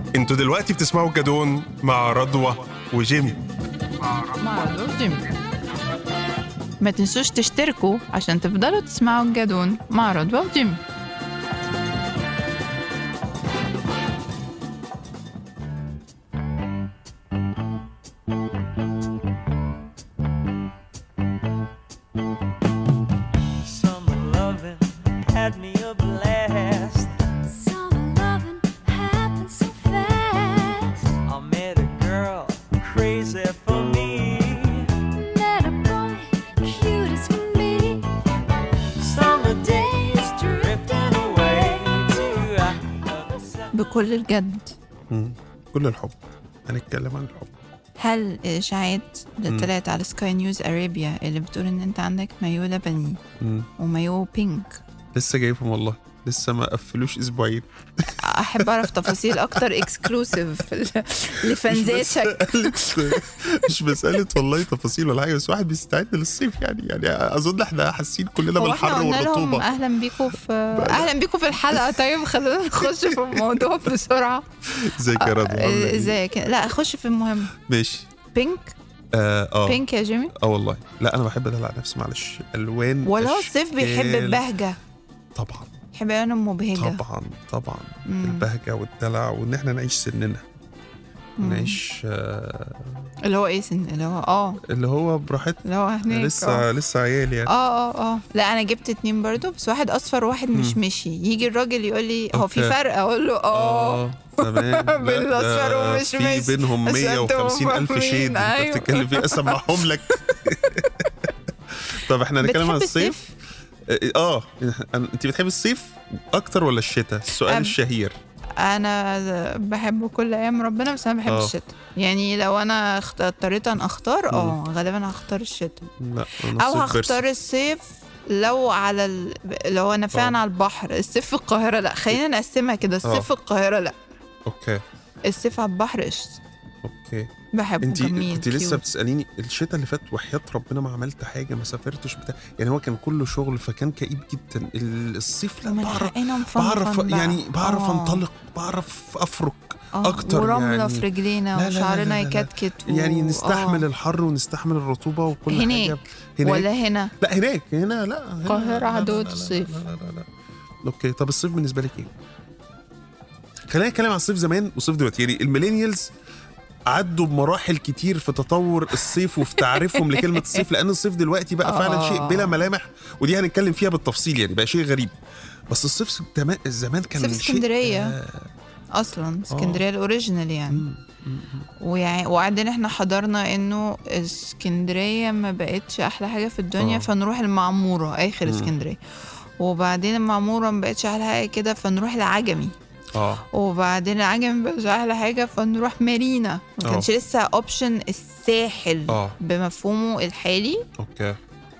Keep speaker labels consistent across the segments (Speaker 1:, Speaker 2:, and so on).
Speaker 1: انتوا دلوقتي بتسمعوا جدون مع رضوى وجيمي.
Speaker 2: ما تنسوش تشتركوا عشان تفضلوا تسمعوا الجدون مع رضوى وجيمي. بكل الجد،
Speaker 1: كل الحب، هنتكلم عن الحب.
Speaker 2: هل الإشاعات اللي طلعت على سكاي نيوز أرابيا اللي بتقول إن أنت عندك مايو لبني ومايو بينك
Speaker 1: لسه جايبهم والله، لسه ما قفلوش أسبوعين.
Speaker 2: أحب أعرف تفاصيل أكتر إكسكلوسيف لفنزاتك.
Speaker 1: مش مسألة والله تفاصيل ولا حاجة، بس واحد بيستعد للصيف يعني أظن إحنا حاسين كلنا بالحر والرطوبة.
Speaker 2: أهلا بيكم في الحلقة. طيب خلونا نخش في الموضوع بسرعة.
Speaker 1: ازيك يا رضوى؟
Speaker 2: ازيك؟ لا أخش في المهم.
Speaker 1: ماشي.
Speaker 2: بينك. بينك يا جيمي.
Speaker 1: والله لا أنا بحب أدلع نفسي، معلش ألوان.
Speaker 2: ولا هو الصيف بيحب البهجة؟
Speaker 1: طبعا
Speaker 2: بحب أنا مبهجة.
Speaker 1: طبعا البهجة والدلع، وإن إحنا نعيش سننا، نعيش
Speaker 2: اللي هو إيه سن
Speaker 1: اللي هو براحتنا،
Speaker 2: اللي هو هناك
Speaker 1: لسه عيال يعني.
Speaker 2: لا أنا جبت 2 برضو، بس واحد أصفر وواحد مش مشي. يجي الراجل يقول لي هو في فرق، أقول له
Speaker 1: تمام.
Speaker 2: بالأصفر ومش مشي
Speaker 1: في بينهم 150,000 شيد. أنت بتتكلم فيه، أسمعهم لك. طب إحنا هنتكلم عن الصيف. انت بتحب الصيف اكتر ولا الشتاء؟ السؤال الشهير.
Speaker 2: انا بحب كل ايام ربنا، بس انا بحب الشتاء. يعني لو انا اضطريت ان اختار غالبا هختار الشتاء، او هختار الصيف. لو على لو انا فعلا على البحر. الصيف في القاهرة لا، خلينا نقسمها كده. الصيف في القاهرة لا،
Speaker 1: اوكي.
Speaker 2: الصيف على البحر قشطة،
Speaker 1: اوكي.
Speaker 2: بحبه.
Speaker 1: انت لسه بتسأليني الشتاء اللي فات، وحياة ربنا ما عملت حاجة، ما سافرتش يعني هو كان كله شغل، فكان كئيب جدا. الصيف لا، بعرف انطلق، بعرف افرك اكتر،
Speaker 2: ورملة
Speaker 1: يعني
Speaker 2: في رجلينا وشعرنا يكتكت
Speaker 1: يعني نستحمل الحر ونستحمل الرطوبة وكل
Speaker 2: حاجة. هناك ولا هنا؟
Speaker 1: لا هنا لا،
Speaker 2: القاهرة عدوة الصيف.
Speaker 1: لا. اوكي. طب الصيف بالنسبة لك ايه؟ خلينا نتكلم عن الصيف زمان والصيف دلوقتي. يعني الميلينيالز عدوا بمراحل كتير في تطور الصيف وفي تعريفهم لكلمة الصيف، لأن الصيف دلوقتي بقى فعلا شيء بلا ملامح، ودي هنتكلم فيها بالتفصيل. يعني بقى شيء غريب. بس الصيف زمان كان
Speaker 2: صيف اسكندرية أصلا، اسكندرية الأوريجينال يعني. وبعدين احنا حضرنا إنه اسكندرية ما بقتش أحلى حاجة في الدنيا، فنروح المعمورة آخر اسكندرية. وبعدين المعمورة ما بقتش أحلى حاجة كده، فنروح العجمي. وبعدين العجمي بقى احلى حاجه، فنروح مارينا. ما كانش لسه اوبشن الساحل بمفهومه الحالي.
Speaker 1: اوكي.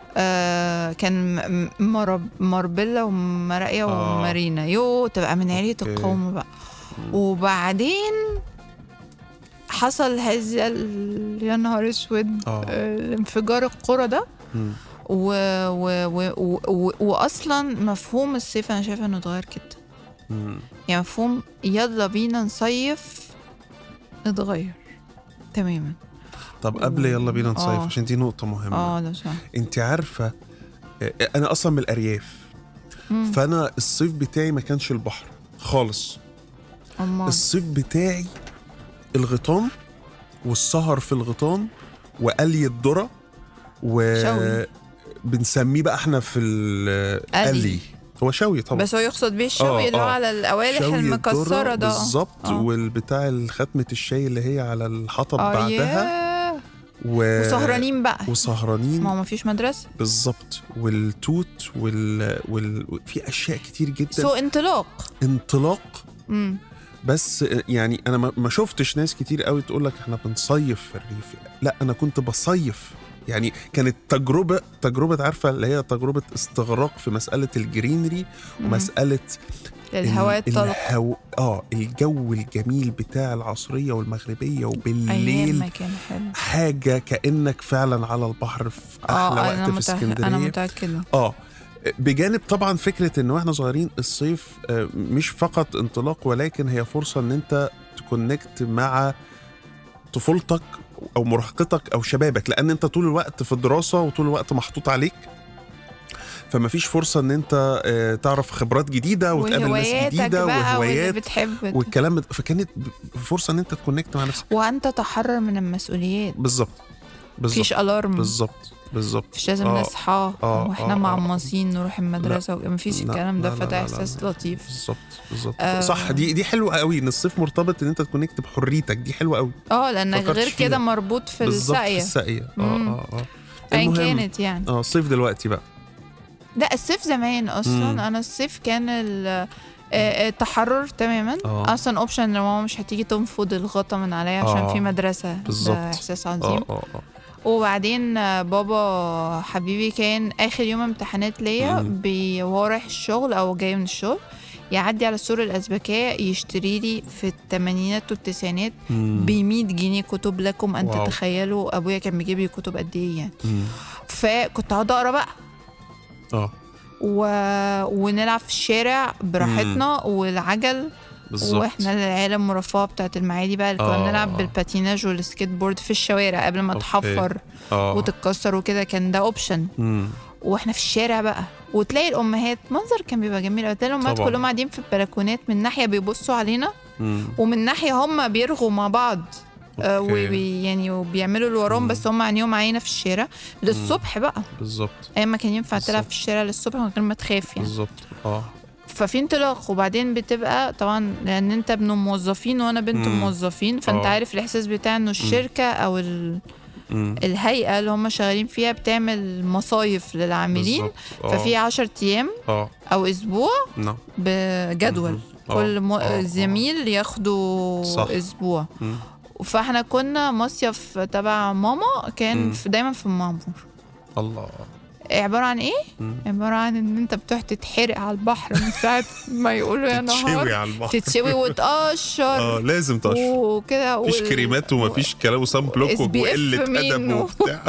Speaker 2: كان ماربيلا ومراقيه ومارينا. تبقى من عيلة القوم بقى. وبعدين حصل هذا يا نهار اسود، انفجار القرى ده. واصلا مفهوم الصيف انا شايفه انه اتغير كده. يعني مفهوم يلا بينا نصيف اتغير تماما.
Speaker 1: طب قبل يلا بينا نصيف، عشان دي نقطة مهمة.
Speaker 2: لو سمحت.
Speaker 1: انت عارفة انا اصلا من الارياف، فانا الصيف بتاعي ما كانش البحر خالص. الصيف بتاعي الغيطان والسهر في الغيطان وقلي الذرة، وبنسميه بقى احنا في القلي هو شوي طبعا،
Speaker 2: بس هو يقصد بيه الشوي اللي هو على القوالح المكسرة ده
Speaker 1: بالظبط. والبتاع الختمة الشاي اللي هي على الحطب بعدها.
Speaker 2: وسهرانين بقى،
Speaker 1: وسهرانين،
Speaker 2: ما فيش مدرسة
Speaker 1: بالظبط. والتوت في أشياء كتير جدا. انطلاق. بس يعني أنا ما شفتش ناس كتير قوي تقولك احنا بنصيف في الريف. لا أنا كنت بصيف. يعني كانت تجربة عارفة اللي هي تجربة استغراق في مسألة الجرينري ومسألة
Speaker 2: الهواء الطلق.
Speaker 1: الجو الجميل بتاع العصرية والمغربية وبالليل حاجة كأنك فعلا على البحر في أحلى وقت في اسكندرية.
Speaker 2: أنا متأكدة.
Speaker 1: بجانب طبعا فكرة إنه احنا صغيرين الصيف مش فقط انطلاق، ولكن هي فرصة إن أنت تكونكت مع طفولتك او مراهقتك او شبابك، لان انت طول الوقت في الدراسه وطول الوقت محطوط عليك، فما فيش فرصه ان انت تعرف خبرات جديده وتقابل ناس جديده وهوايات والكلام، فكانت فرصه ان انت تكونكت مع نفسك
Speaker 2: وانت تحرر من المسؤوليات.
Speaker 1: بالظبط
Speaker 2: مفيش الارم.
Speaker 1: بالظبط
Speaker 2: مش لازم نصحى واحنا معمصين نروح المدرسه مفيش الكلام ده، فده احساس لطيف.
Speaker 1: بالظبط صح. دي حلوه قوي ان الصيف مرتبط ان انت تكونكت بحريتك، دي حلوه قوي.
Speaker 2: لانك غير كده مربوط في الساقيه. ايا كانت يعني.
Speaker 1: الصيف دلوقتي بقى،
Speaker 2: لا الصيف زمان اصلا. انا الصيف كان التحرر تماما. اصلا اوبشن لو ماما مش هتيجي تنفض الغطا من عليا عشان في مدرسه. ده احساس عظيم. وبعدين بابا حبيبي كان اخر يوم امتحانات ليا وهو رايح الشغل او جاي من الشغل يعدي على السور الأزبكية يشتري لي في الثمانينات والتسعينات ب100 جنيه كتب. لكم أن تتخيلوا أبويا كان بيجيب لي كتب قد إيه يعني. فكنت هقعد أقرأ بقى ونلعب في الشارع براحتنا والعجل. بالزبط. واحنا العيله المرفهه بتاعت المعادي بقى اللي كنا بنلعب بالباتيناج والسكيت بورد في الشوارع قبل ما تحفر وتتكسر وكده. كان ده اوبشن. واحنا في الشارع بقى وتلاقي الامهات، منظر كان بيبقى جميل. تلاقي الامهات كلهم قاعدين في البلكونات، من ناحيه بيبصوا علينا ومن ناحيه هم بيرغوا مع بعض يعني وبيعملوا اللي وراهم، بس هم عينيهم عينه في الشارع للصبح بقى.
Speaker 1: بالظبط.
Speaker 2: ايام ما كان ينفع تلعب في الشارع للصبح من غير ما تخاف يعني.
Speaker 1: بالظبط.
Speaker 2: ففي انطلاق. وبعدين بتبقى طبعا لان انت ابن موظفين وانا بنت موظفين، فانت عارف الاحساس بتاع انه الشركه او الهيئه اللي هم شغالين فيها بتعمل مصايف للعاملين. ففي 10 ايام او اسبوع بجدول. كل زميل ياخدوا اسبوع. فاحنا كنا مصيف تبع ماما كان دايما في المعمور.
Speaker 1: الله.
Speaker 2: عبارة عن ايه؟ عبارة عن ان انت بتروح تتحرق على البحر من ساعة ما يقولوا يا نهار تتشوي وتقشر.
Speaker 1: لازم تقشر وكده. مفيش كريمات ومفيش كلام وصن بلوك وقلة أدب وبتاع.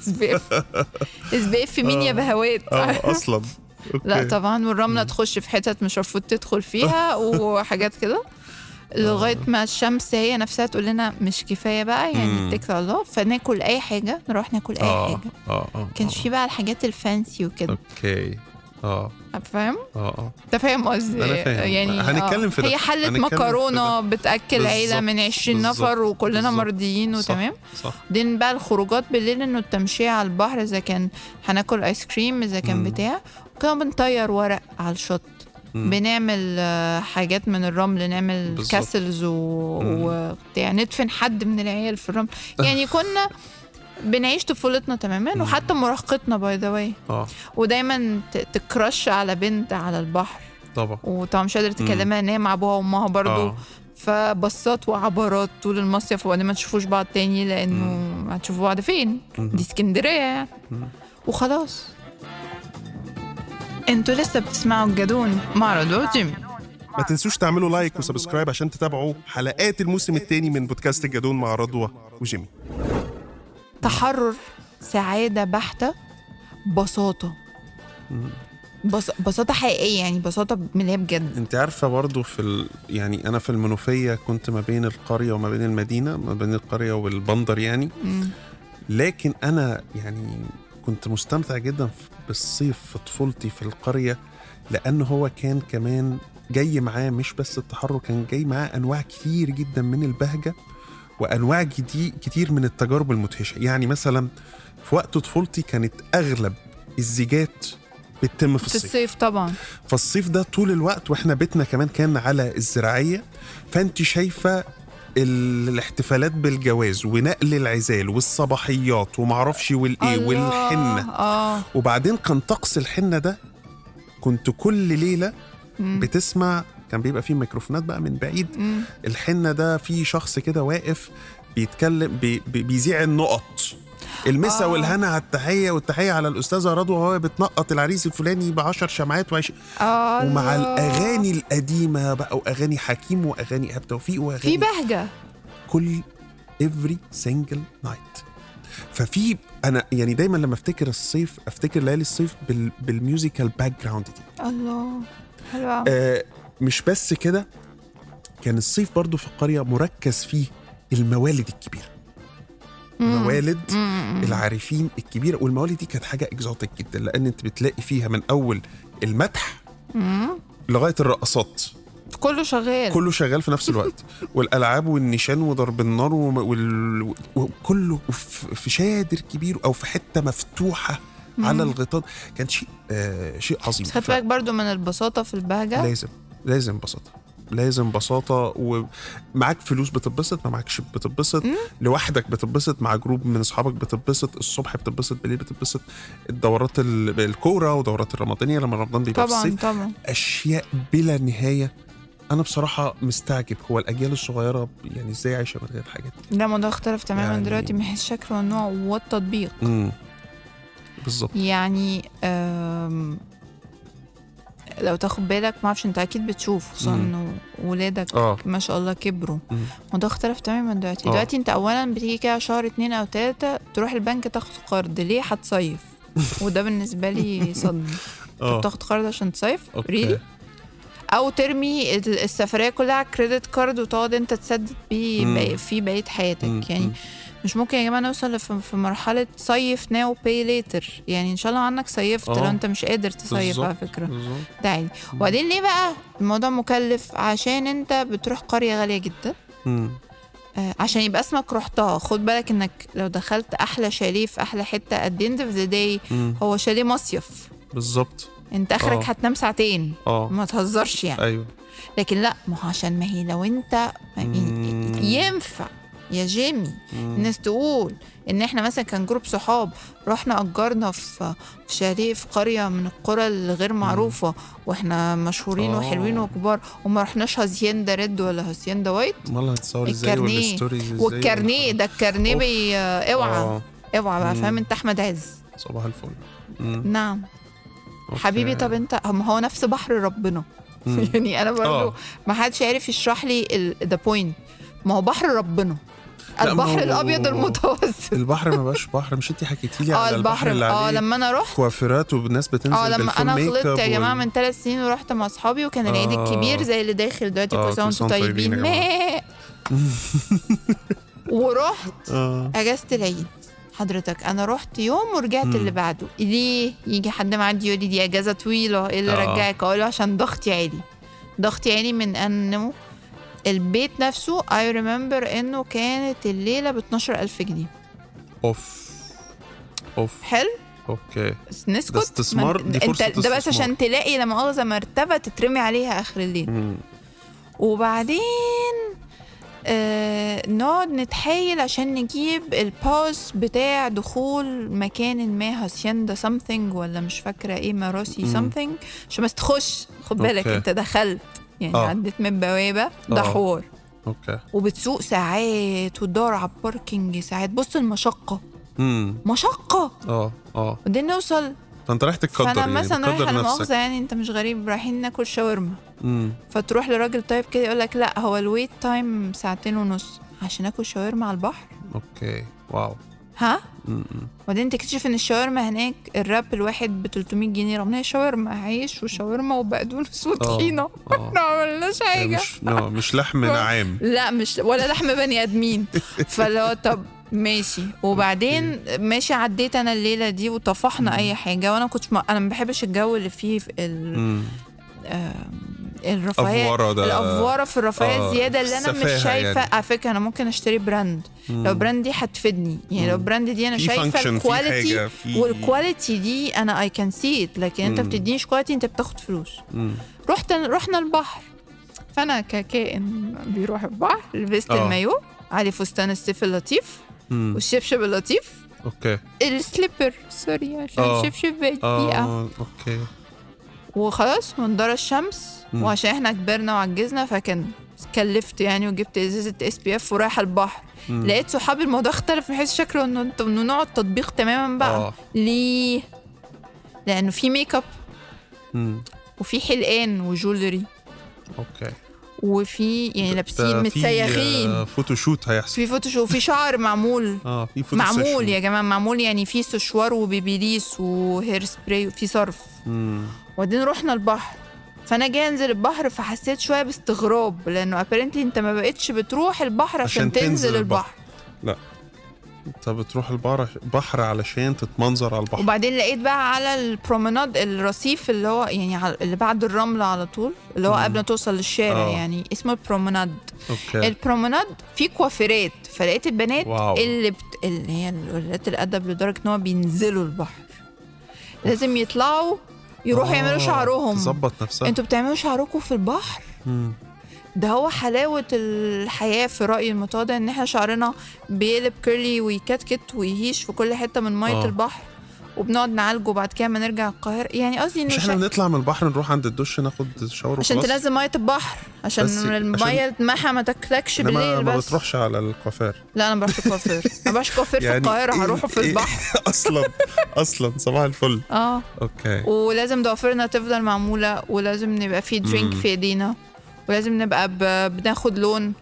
Speaker 2: اس بي اف مين يا بهوات
Speaker 1: اصلا.
Speaker 2: لا طبعا. والرملة تخش في حتت مش المفروض تدخل فيها وحاجات كده لغايه ما الشمس هي نفسها تقول لنا مش كفايه بقى يعني اتكل على الله. فناكل اي حاجه، نروح ناكل اي حاجه. كانش في بقى الحاجات الفانسي وكده.
Speaker 1: اوكي.
Speaker 2: فاهم؟ انت فاهم قصدي يعني.
Speaker 1: هنتكلم في
Speaker 2: هي حله مكرونه بتاكل عيله من 20 نفر وكلنا مرضيين وتمام. دين بقى الخروجات بالليل، انه التمشيه على البحر، اذا كان هناكل ايس كريم، اذا كان بتاع. وكنا بنطير ورق على الشط. بنعمل حاجات من الرمل، نعمل كاسلز يعني ندفن حد من العيال في الرمل. يعني كنا بنعيش طفولتنا تماما وحتى مراهقتنا باي ذا واي. ودايما تكرش على بنت على البحر طبعا، وطبعا مش قادره تكلمها ان هي مع ابوها وامها برضو. فبصات وعبارات طول المصيف وبعدين ما تشوفوش بعض تاني لانه هتشوفوا بعض فين؟ دي اسكندريه يعني. وخلاص. انتوا لسه بتسمعوا الجدون مع رضوى وجيمي.
Speaker 1: ما تنسوش تعملوا لايك وسبسكرايب عشان تتابعوا حلقات الموسم الثاني من بودكاست الجدون مع رضوى وجيمي.
Speaker 2: تحرر، سعادة بحتة، بساطة. بساطة حقيقية يعني، بساطة من اللي هي بجد.
Speaker 1: انت عارفة برضو يعني أنا في المنوفية كنت ما بين القرية وما بين المدينة، ما بين القرية والبندر يعني. لكن أنا يعني كنت مستمتع جدا بالصيف في طفولتي في القرية، لأنه هو كان كمان جاي معاه مش بس التحرر، كان جاي معاه أنواع كتير جدا من البهجة وأنواع كتير من التجارب المدهشة. يعني مثلا في وقت طفولتي كانت أغلب الزيجات بتتم في
Speaker 2: الصيف طبعا.
Speaker 1: فالصيف ده طول الوقت، وإحنا بيتنا كمان كان على الزراعية، فأنت شايفة الاحتفالات بالجواز ونقل العزال والصباحيات ومعرفش والإيه والحنة. وبعدين كان طقس الحنة ده كنت كل ليلة بتسمع، كان بيبقى فيه ميكروفونات بقى من بعيد. الحنة ده فيه شخص كده واقف بيتكلم بيذيع النقط، المسا والهنا على التحية، والتحية على الأستاذة رضوى وهو بتنقط العريس الفلاني ب10 شمعات ومع الأغاني القديمة بقى، وأغاني حكيم وأغاني إيهاب توفيق وأغاني
Speaker 2: في بهجة
Speaker 1: كل every single night. ففي أنا يعني دايما لما أفتكر الصيف أفتكر ليالي الصيف بالميوزيكال باك جراوند دي.
Speaker 2: الله حلوة.
Speaker 1: مش بس كده، كان الصيف برضو في القرية مركز فيه الموالد الكبيرة، موالد العارفين الكبيرة. والموالد دي كانت حاجة اكزوتيك جدا، لأن انت بتلاقي فيها من أول المدح لغاية الرقصات، كله شغال في نفس الوقت والألعاب والنشان وضرب النار وكله في شادر كبير أو في حتة مفتوحة على الغيطان. كان شيء عظيم.
Speaker 2: خد بالك برضو من البساطة في البهجة.
Speaker 1: لازم بساطة، ومعاك فلوس بتتبسط، ما معاكش بتتبسط، لوحدك بتتبسط، مع جروب من أصحابك بتتبسط، الصبح بتتبسط، بالليل بتتبسط، الدورات الكورة ودورات الرمضانية لما رمضان بيبقى في الصيف، أشياء بلا نهاية. أنا بصراحة مستعجب هو الأجيال الصغيرة يعني إزاي عايشة من غير الحاجات دي.
Speaker 2: لا، الموضوع اختلف تماما يعني دلوقتي من حيث الشكل والنوع والتطبيق.
Speaker 1: بالظبط.
Speaker 2: يعني لو تاخد بالك، ما اعرفش انت اكيد بتشوف، خصوصا انه ولادك ما شاء الله كبروا. الموضوع اختلف تماما دلوقتي. دلوقتي انت اولا بتيجي كده شهر 2 أو 3 تروح البنك تاخد قرض. ليه؟ هتصيف. وده بالنسبه لي صدمه. بتاخد قرض عشان تصيف؟ ريلي؟ او ترمي السفريه كلها على كريدت كارد وتقعد انت تسدد بيه في بقيه حياتك. يعني مش ممكن يا جماعه نوصل في مرحله صيف ناو باي ليتر. يعني ان شاء الله عنك صيفت لو انت مش قادر تصيف على فكره ده عادي. وبعدين ليه بقى الموضوع مكلف؟ عشان انت بتروح قريه غاليه جدا عشان يبقى اسمك رحتها. خد بالك انك لو دخلت احلى شاليه في احلى حته at the end of the day هو شاليه مصيف بالظبط. انت اخرك هتنام ساعتين ما تهزرش يعني.
Speaker 1: ايوه.
Speaker 2: لكن لا، ما هو عشان ما هي لو انت ينفع يا جيمي الناس تقول ان احنا مثلا كان جروب صحاب رحنا اجرنا في شاليه في قريه من القرى الغير معروفه واحنا مشهورين وحلوين وكبار، وما رحناش هاسيندا ريد ولا هاسيندا وايت.
Speaker 1: امال هتصور ازاي والستوريز ازاي؟
Speaker 2: والكارنيه ده الكارنيه اوعى بقى، فاهم انت احمد عز
Speaker 1: صباح الفل.
Speaker 2: نعم حبيبي. طب انت هو نفس بحر ربنا. يعني انا برضو ما حدش عارف يشرح لي ذا بوينت. ما هو بحر ربنا، البحر الابيض المتوسط.
Speaker 1: البحر ما بقاش بحر. مش انتي حكيتي لي على البحر اللي عليه
Speaker 2: لما انا رحت
Speaker 1: كوافيرات والناس بتنزل
Speaker 2: لما انا غلطت يا جماعه من 3 سنين ورحت مع اصحابي وكان العيد الكبير زي اللي داخل دلوقتي. كل سنه وانتم طيبين. ورحت اجازه العيد حضرتك. انا رحت يوم ورجعت اللي بعده. ليه؟ يجي حد معدي يقول لي دي اجازه طويله، ايه اللي رجعك؟ اقول له عشان ضغطي عالي من انه البيت نفسه I remember انه كانت الليله ب 12,000 جنيه.
Speaker 1: اوف
Speaker 2: حلو.
Speaker 1: اوكي.
Speaker 2: نسكت.
Speaker 1: ده استثمار. دي فرصه
Speaker 2: انت ده بس عشان تلاقي لما مؤاخذه مرتبه تترمي عليها اخر الليل. وبعدين نقعد نتحايل عشان نجيب الباس بتاع دخول مكان ما، هاسيندا something ولا مش فاكره ايه، ماروسي something، عشان بس تخش. خد بالك انت دخلت يعني عدت من بوابه ده حوار.
Speaker 1: اوكي.
Speaker 2: وبتسوق ساعات وتدور على الباركينج ساعات. بص المشقه مشقه. وبعدين نوصل.
Speaker 1: فانت رايح تتقدر
Speaker 2: يعني. فانا مثلا رايح على مؤاخذه يعني انت مش غريب، رايحين ناكل شاورما. فتروح لراجل طيب كده يقول لك لا هو الويت تايم 2.5 ساعة عشان اكل شاورما على البحر.
Speaker 1: اوكي. واو.
Speaker 2: ها. وبعدين تكتشف ان الشاورما هناك الراب الواحد ب 300 جنيه رغم هي شاورما عيش وشاورما وبقدونس وطحينه. احنا ما عملناش حاجه.
Speaker 1: مش لحم نعام.
Speaker 2: لا مش ولا لحم بني ادمين. فلو طب ماشي. وبعدين ماشي عديت انا الليله دي وطفحنا اي حاجه. وانا كنت انا ما بحبش الجو اللي فيه الرفاهيه، الافواره في الرفاهيه زياده اللي انا مش شايفه يعني. على فكره انا ممكن اشتري براند لو براند دي هتفيدني يعني. لو براند دي انا شايفه الكواليتي والكواليتي دي انا اي كان سي ات. لكن انت بتدينيش كواليتي انت بتاخد فلوس. رحنا البحر. فانا ككائن بيروح البحر لبست المايو علي فستان الصيف اللطيف والشبشب اللطيف.
Speaker 1: اوكي.
Speaker 2: السليبر سوري عشان الشبشب بيئه.
Speaker 1: اوكي.
Speaker 2: وخلاص ونضر الشمس. وعشان احنا كبرنا وعجزنا فكان كلفت يعني وجبت ازازه SPF ورايحه البحر. لقيت صحابي الموضوع اختلف من حيث شكله انه نوع التطبيق تماما بقى. ليه؟ لانه في ميك اب وفي حلقان وجولري.
Speaker 1: اوكي.
Speaker 2: وفي يعني لابسين متسيخين.
Speaker 1: فوتوشوت هيحصل.
Speaker 2: في فوتوشوت وفي شعر معمول.
Speaker 1: في
Speaker 2: معمول يا جماعه معمول يعني في سشوار وبيبيليس وهير سبراي وفي صرف. وبعدين رحنا البحر فانا جاي انزل البحر فحسيت شويه باستغراب لانه ابيرنتلي انت ما بقتش بتروح البحر عشان تنزل البحر.
Speaker 1: لا انت بتروح البحر علشان تتمنظر على البحر.
Speaker 2: وبعدين لقيت بقى على البرومناد الرصيف اللي هو يعني اللي بعد الرمله على طول اللي هو قبل ما توصل للشارع يعني اسمه البرومناد. البرومناد فيه كوافيرات فلقيت البنات اللي هي ولاد الادب لدرجه ان هو بينزلوا البحر لازم يطلعوا يروحوا يعملوا شعرهم
Speaker 1: تظبط نفسها.
Speaker 2: انتوا بتعملوا شعركم في البحر؟ ده هو حلاوة الحياة في رأيي المتواضع ان احنا شعرنا بيقلب كيرلي ويكتكت ويهيش في كل حتة من مية البحر وبنقعد نعالجه وبعد كده ما نرجع القاهرة. يعني قصدي
Speaker 1: مش احنا بنطلع من البحر نروح عند الدش ناخد شاور
Speaker 2: عشان تنزل مية البحر عشان المية الماحة ما تاكلكش بالليل.
Speaker 1: ما بتروحش على الكوافير.
Speaker 2: لا انا بروح الكوافير. ما بروحش كوافير يعني في القاهرة هروحه في البحر
Speaker 1: اصلا صباح الفل. اوكي.
Speaker 2: ولازم ضوافرنا تفضل معمولة ولازم نبقى في درينك في ايدينا ولازم نبقى بناخد لون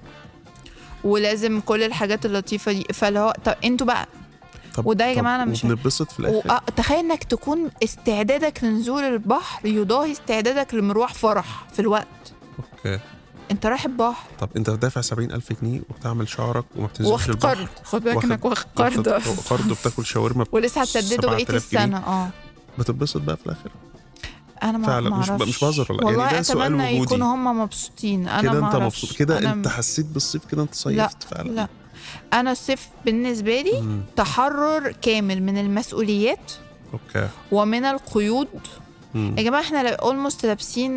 Speaker 2: ولازم كل الحاجات اللطيفة دي. فاللي هو طب انتوا بقى وده يا جماعه انا مش
Speaker 1: بنتبسط في الاخر.
Speaker 2: تخيل انك تكون استعدادك لنزول البحر يضاهي استعدادك لمروح فرح في الوقت.
Speaker 1: اوكي.
Speaker 2: انت رايح البحر.
Speaker 1: طب انت دافع 70,000 جنيه وبتعمل شعرك وما بتنزلش البحر.
Speaker 2: خد بالك انك واخد قرض
Speaker 1: وبتاكل شاورما
Speaker 2: ولسه هتسدده بقيه السنه.
Speaker 1: بتتبسط بقى في الاخر.
Speaker 2: انا ما
Speaker 1: مش بهزر ولا
Speaker 2: يعني ده سؤال وجودي. يكونوا هم مبسوطين. انا
Speaker 1: كده انت مبسوط كده انت حسيت بالصيف كده انت صيفت فعلا.
Speaker 2: لا انا الصيف بالنسبه لي تحرر كامل من المسؤوليات.
Speaker 1: اوكي.
Speaker 2: ومن القيود. يا جماعه احنا اولموست لابسين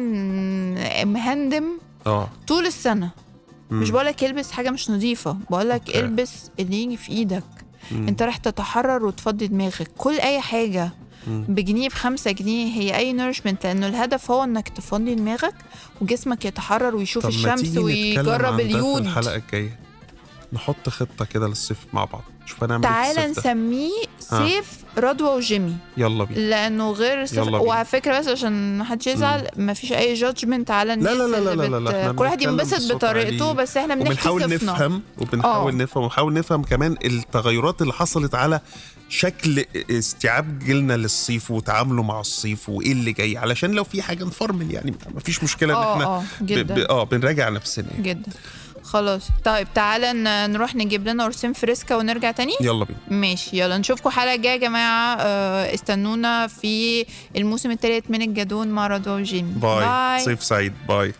Speaker 2: مهندم طول السنه. مش بقولك البس حاجه مش نظيفه بقولك البس اللي يجي في ايدك. انت راح تتحرر وتفضي دماغك. كل اي حاجه بجنيه ب5 جنيه هي اي نورشمنت لانه الهدف هو انك تفضي دماغك وجسمك يتحرر ويشوف الشمس ويجرب اليود.
Speaker 1: في الحلقه الجايه نحط خطه كده للصيف مع بعض. شوف هنعمل
Speaker 2: تعالى نسميه صيف رضوى وجيمي.
Speaker 1: يلا بينا.
Speaker 2: لانه غير الصيف. وعلى فكره بس عشان ما حدش يزعل ما فيش اي جادجمنت على الناس.
Speaker 1: لا.
Speaker 2: كل واحد ينبسط بطريقته بس احنا بنحكي صفنا
Speaker 1: وبنحاول نفهم كمان التغيرات اللي حصلت على شكل استيعاب جيلنا للصيف وتعامله مع الصيف وايه اللي جاي علشان لو في حاجه نفرمل يعني ما فيش مشكله ان احنا بنراجع نفسنا يعني.
Speaker 2: جدا. خلاص طيب تعالى نروح نجيب لنا قرصين فريسكا ونرجع تاني.
Speaker 1: يلا بينا.
Speaker 2: ماشي يلا نشوفكم حلقة جاية يا جماعة. استنونا في الموسم الثالث من الجدون مع رضوى وجيمي.
Speaker 1: باي. صيف سعيد. باي.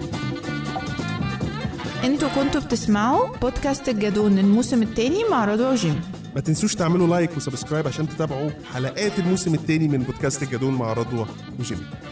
Speaker 2: انتوا كنتوا بتسمعوا بودكاست الجدون الموسم الثاني مع رضوى وجيمي.
Speaker 3: ما تنسوش تعملوا لايك وسبسكرايب عشان تتابعوا حلقات الموسم الثاني من بودكاست الجدون مع رضوى وجيمي.